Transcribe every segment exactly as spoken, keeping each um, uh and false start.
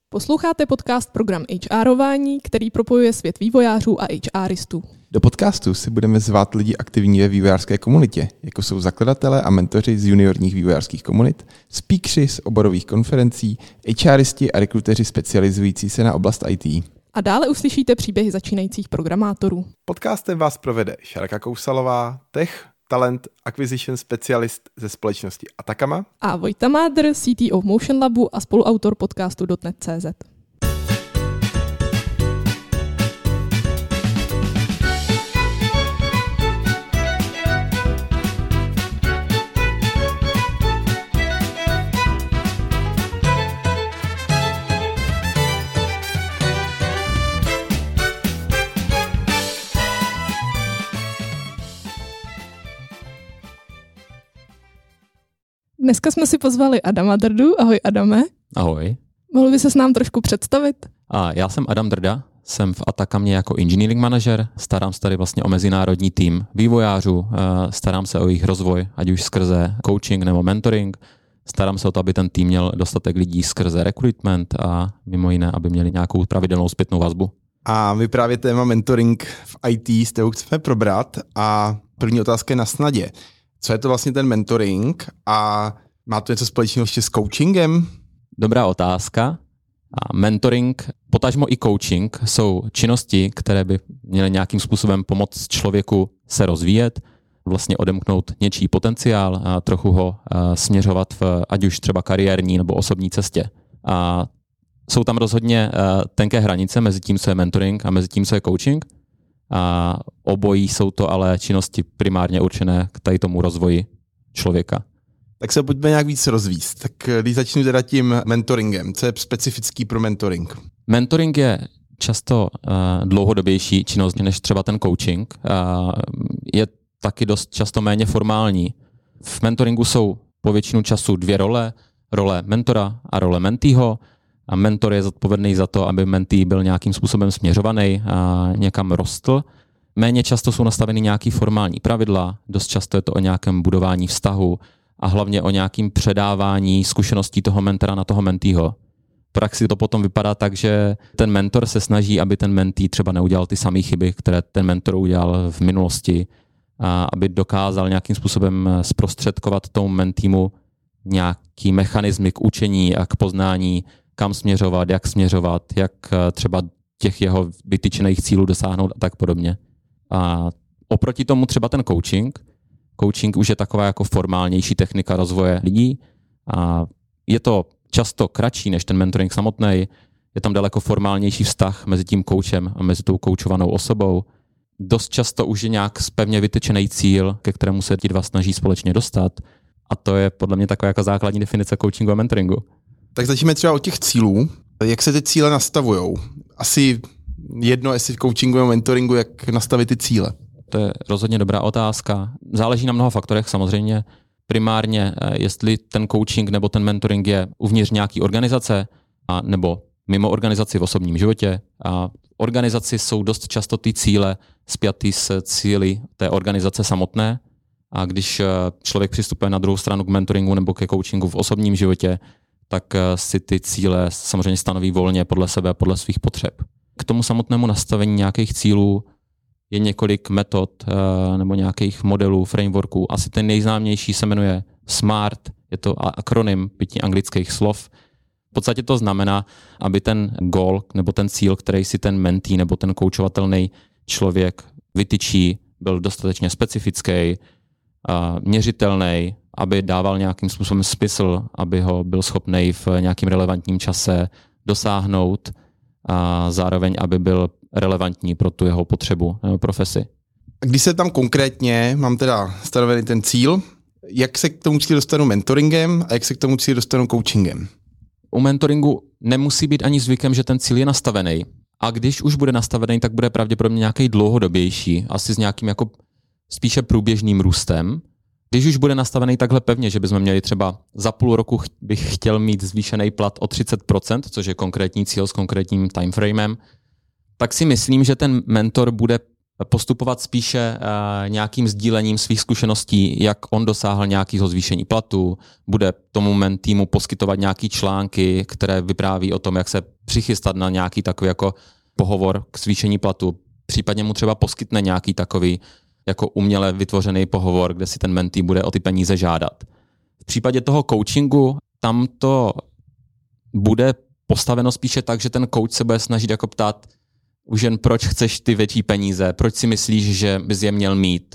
Posloucháte podcast Program HRování, který propojuje svět vývojářů a HRistů. Do podcastu si budeme zvát lidi aktivní ve vývojářské komunitě, jako jsou zakladatelé a mentoři z juniorních vývojářských komunit, speakeři z oborových konferencí, HRisti a rekruteři specializující se na oblast í té. A dále uslyšíte příběhy začínajících programátorů. Podcastem vás provede Šárka Kousalová, tech, talent, acquisition specialist ze společnosti Atacama A Vojta Mádr, C T O Motion Labu a spoluautor podcastu dot net tečka cé zet. Dneska jsme si pozvali Adama Drdu. Ahoj, Adame. Ahoj. Mohl by se s nám trošku představit? A já jsem Adam Drda, jsem v Atacamě jako engineering manažer, starám se tady vlastně o mezinárodní tým vývojářů, starám se o jejich rozvoj, ať už skrze coaching nebo mentoring, starám se o to, aby ten tým měl dostatek lidí skrze recruitment a mimo jiné, aby měli nějakou pravidelnou zpětnou vazbu. A my právě téma mentoring v í té s tebou chceme probrat a první otázka je na snadě. Co je to vlastně ten mentoring a má to něco společného ještě s coachingem? Dobrá otázka. A mentoring, potažmo i coaching jsou činnosti, které by měly nějakým způsobem pomoct člověku se rozvíjet, vlastně odemknout něčí potenciál a trochu ho a, směřovat v ať už třeba kariérní nebo osobní cestě. A jsou tam rozhodně a, tenké hranice mezi tím, co je mentoring a mezi tím, co je coaching. A obojí jsou to ale činnosti primárně určené k tady tomu rozvoji člověka. Tak se pojďme nějak víc rozvíct. Tak když začnu teda tím mentoringem, co je specifický pro mentoring? Mentoring je často uh, dlouhodobější činnost než třeba ten coaching. Uh, je taky dost často méně formální. V mentoringu jsou po většinu času dvě role. Role mentora a role mentýho. A mentor je zodpovědný za to, aby mentý byl nějakým způsobem směřovaný a někam rostl. Méně často jsou nastaveny nějaké formální pravidla, dost často je to o nějakém budování vztahu a hlavně o nějakém předávání zkušeností toho mentora na toho mentýho. V praxi to potom vypadá tak, že ten mentor se snaží, aby ten mentý třeba neudělal ty samé chyby, které ten mentor udělal v minulosti, a aby dokázal nějakým způsobem zprostředkovat tomu mentýmu nějaký mechanismy k učení a k poznání, kam směřovat, jak směřovat, jak třeba těch jeho vytyčených cílů dosáhnout a tak podobně. A oproti tomu třeba ten coaching. Coaching už je taková jako formálnější technika rozvoje lidí a je to často kratší než ten mentoring samotný. Je tam daleko formálnější vztah mezi tím coachem a mezi tou coachovanou osobou. Dost často už je nějak pevně vytyčený cíl, ke kterému se ti dva snaží společně dostat. A to je podle mě taková jako základní definice coachingu a mentoringu. Tak začneme třeba od těch cílů. Jak se ty cíle nastavujou? Asi jedno, jestli v coachingu a mentoringu, jak nastavit ty cíle. To je rozhodně dobrá otázka. Záleží na mnoha faktorech samozřejmě. Primárně, jestli ten coaching nebo ten mentoring je uvnitř nějaký organizace a nebo mimo organizaci v osobním životě. A v organizaci jsou dost často ty cíle spjatý s cíli té organizace samotné. A když člověk přistupuje na druhou stranu k mentoringu nebo ke coachingu v osobním životě, tak si ty cíle samozřejmě stanoví volně podle sebe a podle svých potřeb. K tomu samotnému nastavení nějakých cílů je několik metod nebo nějakých modelů, frameworků. Asi ten nejznámější se jmenuje SMART, je to akronym pěti anglických slov. V podstatě to znamená, aby ten goal nebo ten cíl, který si ten mentee nebo ten koučovatelný člověk vytyčí, byl dostatečně specifický, měřitelný, aby dával nějakým způsobem smysl, aby ho byl schopný v nějakým relevantním čase dosáhnout a zároveň, aby byl relevantní pro tu jeho potřebu nebo profesi. Když se tam konkrétně, mám teda stanovený ten cíl, jak se k tomu cíli dostanu mentoringem a jak se k tomu cíli dostanu coachingem? U mentoringu nemusí být ani zvykem, že ten cíl je nastavený. A když už bude nastavený, tak bude pravděpodobně nějaký dlouhodobější, asi s nějakým jako spíše průběžným růstem. Když už bude nastavený takhle pevně, že bychom měli třeba za půl roku bych chtěl mít zvýšený plat o třicet procent, což je konkrétní cíl s konkrétním timeframem, tak si myslím, že ten mentor bude postupovat spíše uh, nějakým sdílením svých zkušeností, jak on dosáhl nějakého zvýšení platu, bude tomu mentýmu poskytovat nějaký články, které vypráví o tom, jak se přichystat na nějaký takový jako pohovor k zvýšení platu. Případně mu třeba poskytne nějaký takový jako uměle vytvořený pohovor, kde si ten mentý bude o ty peníze žádat. V případě toho coachingu tam to bude postaveno spíše tak, že ten coach se bude snažit jako ptát už jen proč chceš ty větší peníze, proč si myslíš, že bys je měl mít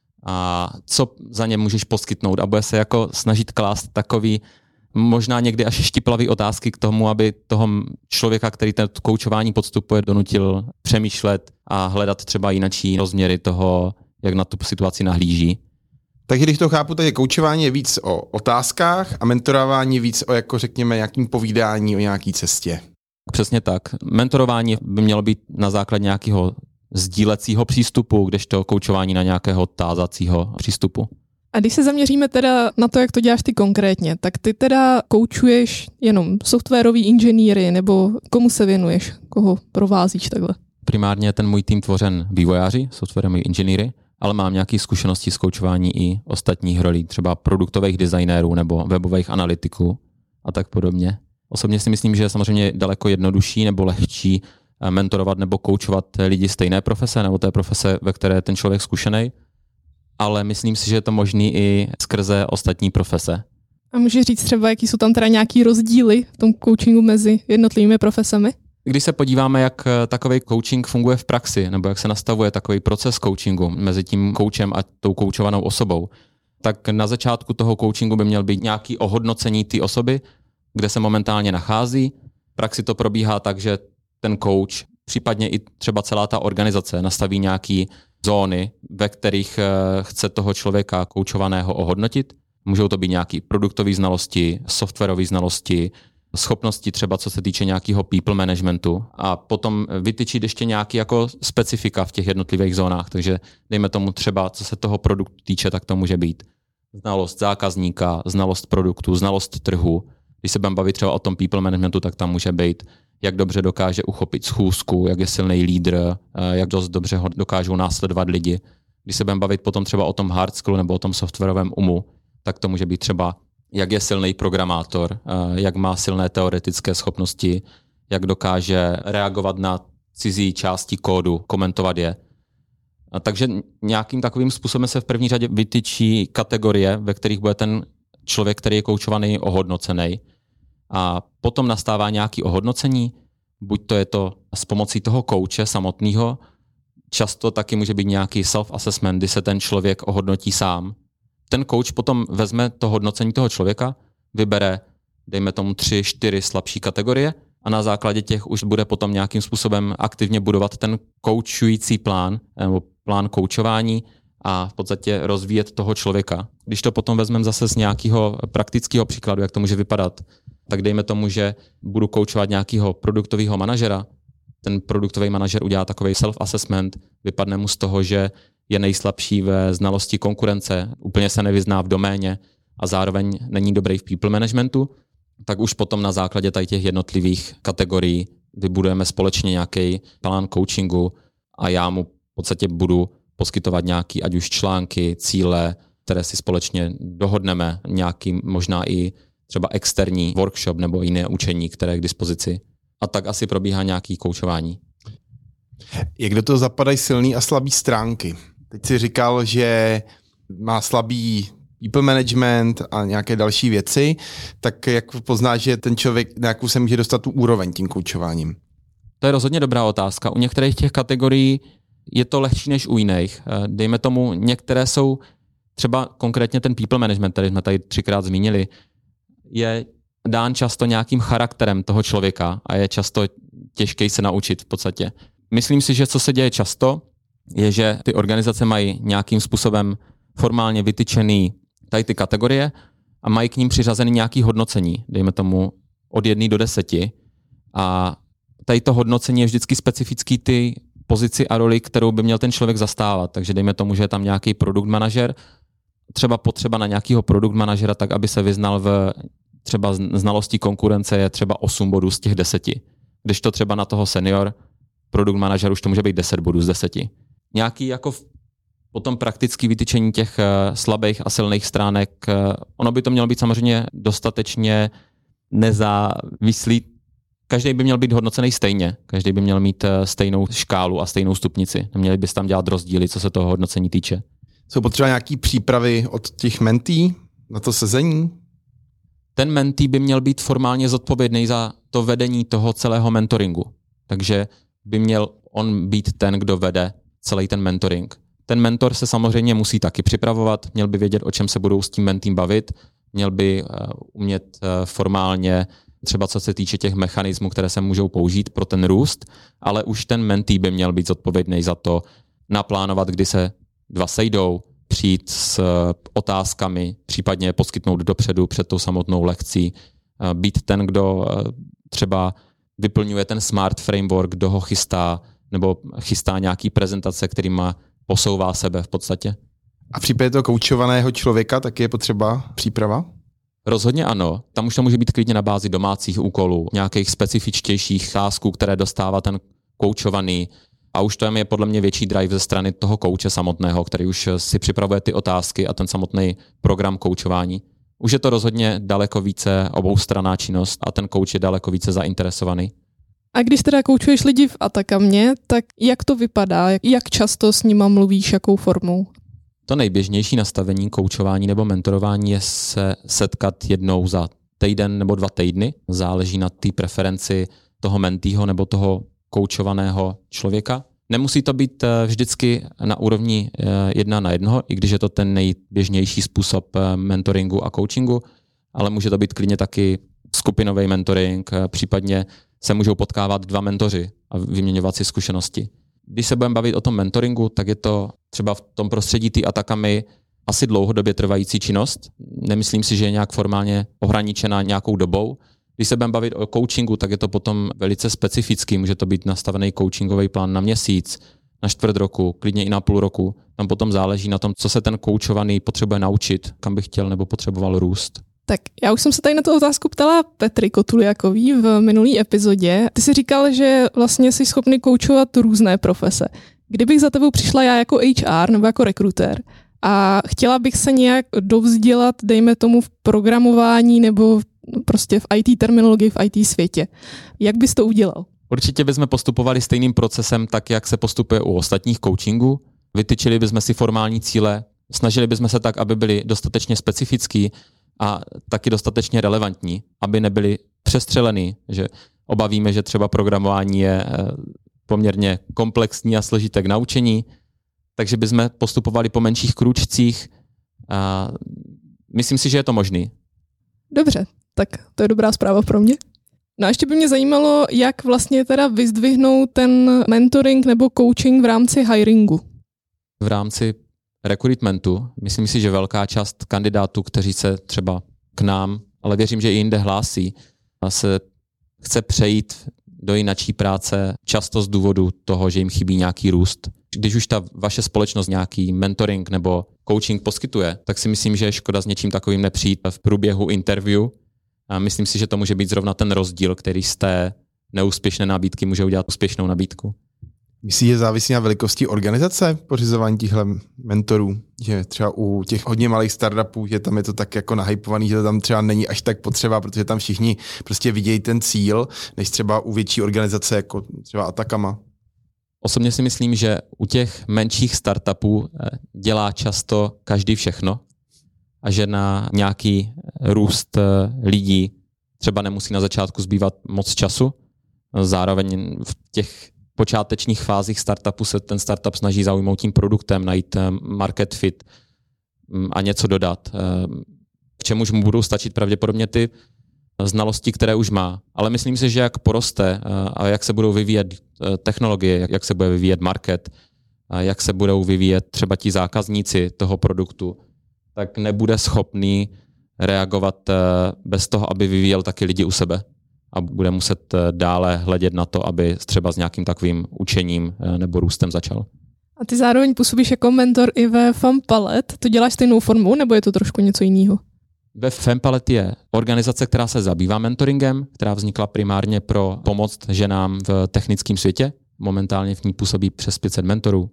a co za ně můžeš poskytnout a bude se jako snažit klást takový možná někdy až štiplavý otázky k tomu, aby toho člověka, který ten koučování podstupuje, donutil přemýšlet a hledat třeba jinačí rozměry toho, jak na tu situaci nahlíží. Takže když to chápu, tak koučování je víc o otázkách a mentorování víc o, jako řekněme, nějakým povídání o nějaký cestě. Přesně tak. Mentorování by mělo být na základě nějakého sdílecího přístupu, kdežto koučování na nějakého tázacího přístupu. A když se zaměříme teda na to, jak to děláš ty konkrétně, tak ty teda koučuješ jenom softwarový inženýry, nebo komu se věnuješ, koho provázíš takhle? Primárně je ten můj tým tvořen vývojáři, softwaroví inženýry, ale mám nějaké zkušenosti s koučování i ostatních rolí, třeba produktových designérů nebo webových analytiků a tak podobně. Osobně si myslím, že je samozřejmě daleko jednodušší nebo lehčí mentorovat nebo koučovat lidi stejné profese nebo té profese, ve které je ten člověk zkušený, ale myslím si, že je to možný i skrze ostatní profese. A můžeš říct třeba, jaký jsou tam teda nějaký rozdíly v tom coachingu mezi jednotlivými profesemi? Když se podíváme, jak takový coaching funguje v praxi, nebo jak se nastavuje takový proces coachingu mezi tím koučem a tou koučovanou osobou, tak na začátku toho coachingu by měl být nějaký ohodnocení té osoby, kde se momentálně nachází. V praxi to probíhá tak, že ten coach, případně i třeba celá ta organizace nastaví nějaký zóny, ve kterých chce toho člověka koučovaného ohodnotit. Můžou to být nějaké produktové znalosti, softwarové znalosti, schopnosti třeba co se týče nějakého people managementu a potom vytyčit ještě nějaký jako specifika v těch jednotlivých zónách. Takže dejme tomu třeba, co se toho produktu týče, tak to může být znalost zákazníka, znalost produktu, znalost trhu. Když se budeme bavit třeba o tom people managementu, tak tam může být, jak dobře dokáže uchopit schůzku, jak je silný lídr, jak dost dobře ho dokážou následovat lidi. Když se budeme bavit potom třeba o tom hard skillu nebo o tom softwarovém umu, tak to může být třeba, jak je silný programátor, jak má silné teoretické schopnosti, jak dokáže reagovat na cizí části kódu, komentovat je. A takže nějakým takovým způsobem se v první řadě vytyčí kategorie, ve kterých bude ten člověk, který je koučovaný, ohodnocený. A potom nastává nějaké ohodnocení, buď to je to s pomocí toho kouče samotného, často taky může být nějaký self-assessment, kdy se ten člověk ohodnotí sám. Ten coach potom vezme to hodnocení toho člověka, vybere, dejme tomu tři, čtyři slabší kategorie a na základě těch už bude potom nějakým způsobem aktivně budovat ten koučující plán nebo plán koučování a v podstatě rozvíjet toho člověka. Když to potom vezmeme zase z nějakého praktického příkladu, jak to může vypadat, tak dejme tomu, že budu koučovat nějakého produktového manažera. Ten produktový manažer udělá takový self-assessment, vypadne mu z toho, že je nejslabší ve znalosti konkurence, úplně se nevyzná v doméně a zároveň není dobrý v people managementu, tak už potom na základě tady těch jednotlivých kategorií vybudujeme společně nějaký plán coachingu a já mu v podstatě budu poskytovat nějaký, ať už články, cíle, které si společně dohodneme, nějaký možná i třeba externí workshop nebo jiné učení, které je k dispozici. A tak asi probíhá nějaký koučování. Jak do toho zapadají silný a slabý stránky? Teď si říkal, že má slabý people management a nějaké další věci, tak jak poznáš, že ten člověk na jakou se může dostat tu úroveň tím koučováním? To je rozhodně dobrá otázka. U některých těch kategorií je to lehčí než u jiných. Dejme tomu, některé jsou třeba konkrétně ten people management, který jsme tady třikrát zmínili, je dán často nějakým charakterem toho člověka a je často těžký se naučit v podstatě. Myslím si, že co se děje často, je, že ty organizace mají nějakým způsobem formálně vytyčený tady ty kategorie a mají k ním přiřazený nějaký hodnocení, dejme tomu od jedné do deseti. A tady to hodnocení je vždycky specifický ty pozici a roli, kterou by měl ten člověk zastávat. Takže dejme tomu, že je tam nějaký produkt manažer, třeba potřeba na nějakého produkt manažera, tak aby se vyznal v třeba znalosti konkurence je třeba osm bodů z těch deseti. Když to třeba na toho senior produkt manažer už to může být deset bodů z deseti. Nějaký jako potom praktický vytyčení těch slabých a silných stránek. Ono by to mělo být samozřejmě dostatečně nezávislý. Každý by měl být hodnocený stejně. Každý by měl mít stejnou škálu a stejnou stupnici. Neměli bys tam dělat rozdíly, co se toho hodnocení týče. Jsou potřeba nějaký přípravy od těch mentí na to sezení? Ten mentý by měl být formálně zodpovědný za to vedení toho celého mentoringu. Takže by měl on být ten, kdo vede celý ten mentoring. Ten mentor se samozřejmě musí taky připravovat, měl by vědět, o čem se budou s tím mentým bavit, měl by umět formálně, třeba co se týče těch mechanismů, které se můžou použít pro ten růst, ale už ten mentý by měl být zodpovědný za to naplánovat, kdy se dva sejdou, přijít s otázkami, případně poskytnout dopředu před tou samotnou lekcí, být ten, kdo třeba vyplňuje ten smart framework, kdo ho chystá, nebo chystá nějaký prezentace, kterýma posouvá sebe v podstatě. A v případě toho koučovaného člověka taky je potřeba příprava? Rozhodně ano. Tam už to může být klidně na bázi domácích úkolů, nějakých specifičtějších tásků, které dostává ten koučovaný. A už to je podle mě větší drive ze strany toho kouče samotného, který už si připravuje ty otázky a ten samotný program koučování. Už je to rozhodně daleko více oboustranná činnost a ten kouč je daleko více zainteresovaný. A když teda koučuješ lidi v Atakamě, tak jak to vypadá? Jak často s nima mluvíš, jakou formou? To nejběžnější nastavení koučování nebo mentorování je se setkat jednou za týden nebo dva týdny. Záleží na té preferenci toho mentýho nebo toho koučovaného člověka. Nemusí to být vždycky na úrovni jedna na jednoho, i když je to ten nejběžnější způsob mentoringu a coachingu, ale může to být klidně taky skupinový mentoring, případně se můžou potkávat dva mentoři a vyměňovat si zkušenosti. Když se budeme bavit o tom mentoringu, tak je to třeba v tom prostředí té Atakamy asi dlouhodobě trvající činnost. Nemyslím si, že je nějak formálně ohraničena nějakou dobou. Když se budeme bavit o coachingu, tak je to potom velice specifický. Může to být nastavený coachingový plán na měsíc, na čtvrt roku, klidně i na půl roku. Tam potom záleží na tom, co se ten koučovaný potřebuje naučit, kam by chtěl nebo potřeboval růst. Tak já už jsem se tady na tu otázku ptala Petry Kotuliakový v minulý epizodě. Ty jsi říkal, že vlastně jsi schopný koučovat různé profese. Kdybych za tebou přišla já jako H R nebo jako rekrutér a chtěla bych se nějak dovzdělat, dejme tomu v programování nebo prostě v í té terminologii, v í té světě, jak bys to udělal? Určitě bychom postupovali stejným procesem, tak jak se postupuje u ostatních coachingů. Vytyčili bychom si formální cíle, snažili bychom se tak, aby byly dostatečně specifický a taky dostatečně relevantní, aby nebyly přestřelený, že obavíme, že třeba programování je poměrně komplexní a složité k naučení, takže bychom postupovali po menších krůčcích a myslím si, že je to možný. Dobře, tak to je dobrá zpráva pro mě. No a ještě by mě zajímalo, jak vlastně teda vyzdvihnout ten mentoring nebo coaching v rámci hiringu. V rámci recruitmentu, myslím si, že velká část kandidátů, kteří se třeba k nám, ale věřím, že i jinde hlásí, a se chce přejít do jinačí práce často z důvodu toho, že jim chybí nějaký růst. Když už ta vaše společnost nějaký mentoring nebo coaching poskytuje, tak si myslím, že je škoda s něčím takovým nepřijít v průběhu interview. A myslím si, že to může být zrovna ten rozdíl, který z té neúspěšné nabídky může udělat úspěšnou nabídku. Myslíš, že závisí na velikosti organizace pořizování těchto mentorů? Že třeba u těch hodně malých startupů, že tam je to tak jako nahypovaný, že to tam třeba není až tak potřeba, protože tam všichni prostě vidějí ten cíl, než třeba u větší organizace jako třeba Atakama. Osobně si myslím, že u těch menších startupů dělá často každý všechno a že na nějaký růst lidí třeba nemusí na začátku zbývat moc času. Zároveň v těch počátečních fázích startupu se ten startup snaží zaujmout tím produktem, najít market fit a něco dodat. K čemuž mu budou stačit pravděpodobně ty znalosti, které už má. Ale myslím si, že jak poroste a jak se budou vyvíjet technologie, jak se bude vyvíjet market, jak se budou vyvíjet třeba ti zákazníci toho produktu, tak nebude schopný reagovat bez toho, aby vyvíjel taky lidi u sebe. A bude muset dále hledět na to, aby třeba s nějakým takovým učením nebo růstem začal. A ty zároveň působíš jako mentor i ve FemPalette. To děláš stejnou formou, nebo je to trošku něco jiného? Ve FemPalette je organizace, která se zabývá mentoringem, která vznikla primárně pro pomoc ženám v technickém světě. Momentálně v ní působí přes pět set mentorů.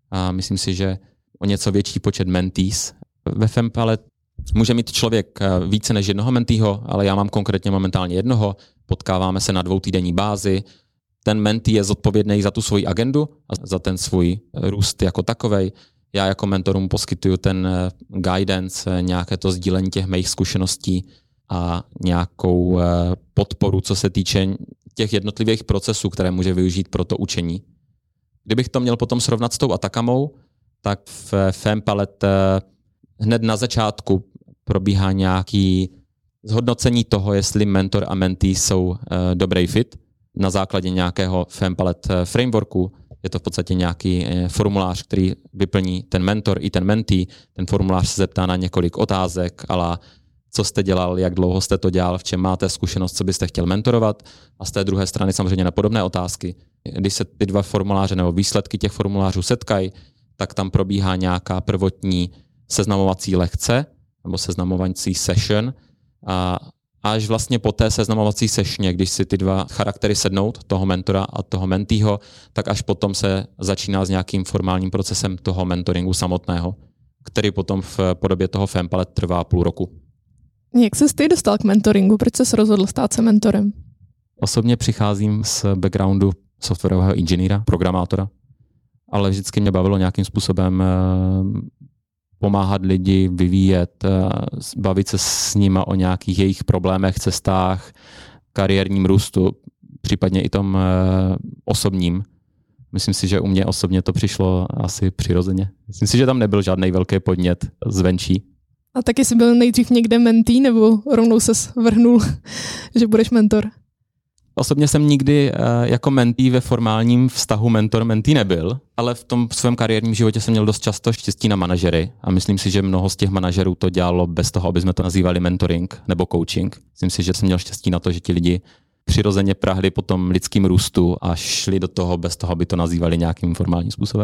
a myslím si, že o něco větší počet mentees. Ve FemPalette může mít člověk více než jednoho mentýho, ale já mám konkrétně momentálně jednoho, potkáváme se na dvoutýdenní bázi. Ten mentee je zodpovědný za tu svoji agendu a za ten svůj růst jako takovej. Já jako mentorům poskytuju ten guidance, nějaké to sdílení těch mých zkušeností a nějakou podporu, co se týče těch jednotlivých procesů, které může využít pro to učení. Kdybych to měl potom srovnat s tou Atakamou, tak v FemPalette hned na začátku probíhá nějaký zhodnocení toho, jestli mentor a mentee jsou dobrý fit na základě nějakého FemPalette frameworku. Je to v podstatě nějaký formulář, který vyplní ten mentor i ten mentee. Ten formulář se zeptá na několik otázek, ale co jste dělal, jak dlouho jste to dělal, v čem máte zkušenost, co byste chtěl mentorovat. A z té druhé strany samozřejmě na podobné otázky. Když se ty dva formuláře nebo výsledky těch formulářů setkají, tak tam probíhá nějaká prvotní seznamovací lekce nebo seznamovací session a až vlastně po té seznamovací sešně, když si ty dva charaktery sednou, toho mentora a toho menteeho, tak až potom se začíná s nějakým formálním procesem toho mentoringu samotného, který potom v podobě toho FemPalette trvá půl roku. Jak ses ty dostal k mentoringu? Proč ses rozhodl stát se mentorem? Osobně přicházím z backgroundu softwarového inženýra, programátora, ale vždycky mě bavilo nějakým způsobem pomáhat lidi, vyvíjet, bavit se s nima o nějakých jejich problémech, cestách, kariérním růstu, případně i tom osobním. Myslím si, že u mě osobně to přišlo asi přirozeně. Myslím si, že tam nebyl žádný velký podnět zvenčí. A taky jsi byl nejdřív někde mentee, nebo rovnou ses vrhnul, že budeš mentor? Osobně jsem nikdy jako mentee ve formálním vztahu mentor-mentee nebyl, ale v tom svém kariérním životě jsem měl dost často štěstí na manažery a myslím si, že mnoho z těch manažerů to dělalo bez toho, aby jsme to nazývali mentoring nebo coaching. Myslím si, že jsem měl štěstí na to, že ti lidi přirozeně prahli po tom lidským růstu a šli do toho bez toho, aby to nazývali nějakým formálním způsobem.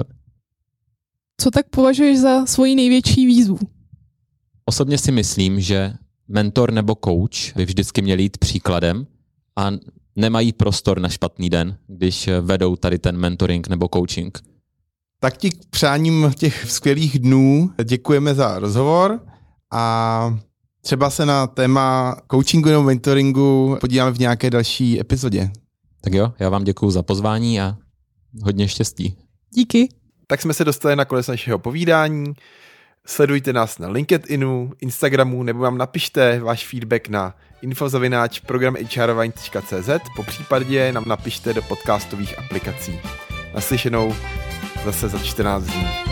Co tak považuješ za svoji největší výzvu? Osobně si myslím, že mentor nebo coach by vždycky měl jít příkladem a nemají prostor na špatný den, když vedou tady ten mentoring nebo coaching. Tak ti k přáním těch skvělých dnů děkujeme za rozhovor a třeba se na téma coachingu nebo mentoringu podíváme v nějaké další epizodě. Tak jo, já vám děkuju za pozvání a hodně štěstí. Díky. Tak jsme se dostali na konec našeho povídání. Sledujte nás na LinkedInu, Instagramu nebo vám napište váš feedback na info zavináč program h r wine tečka c z, po případě nám napište do podcastových aplikací. Naslyšenou zase za čtrnáct dní.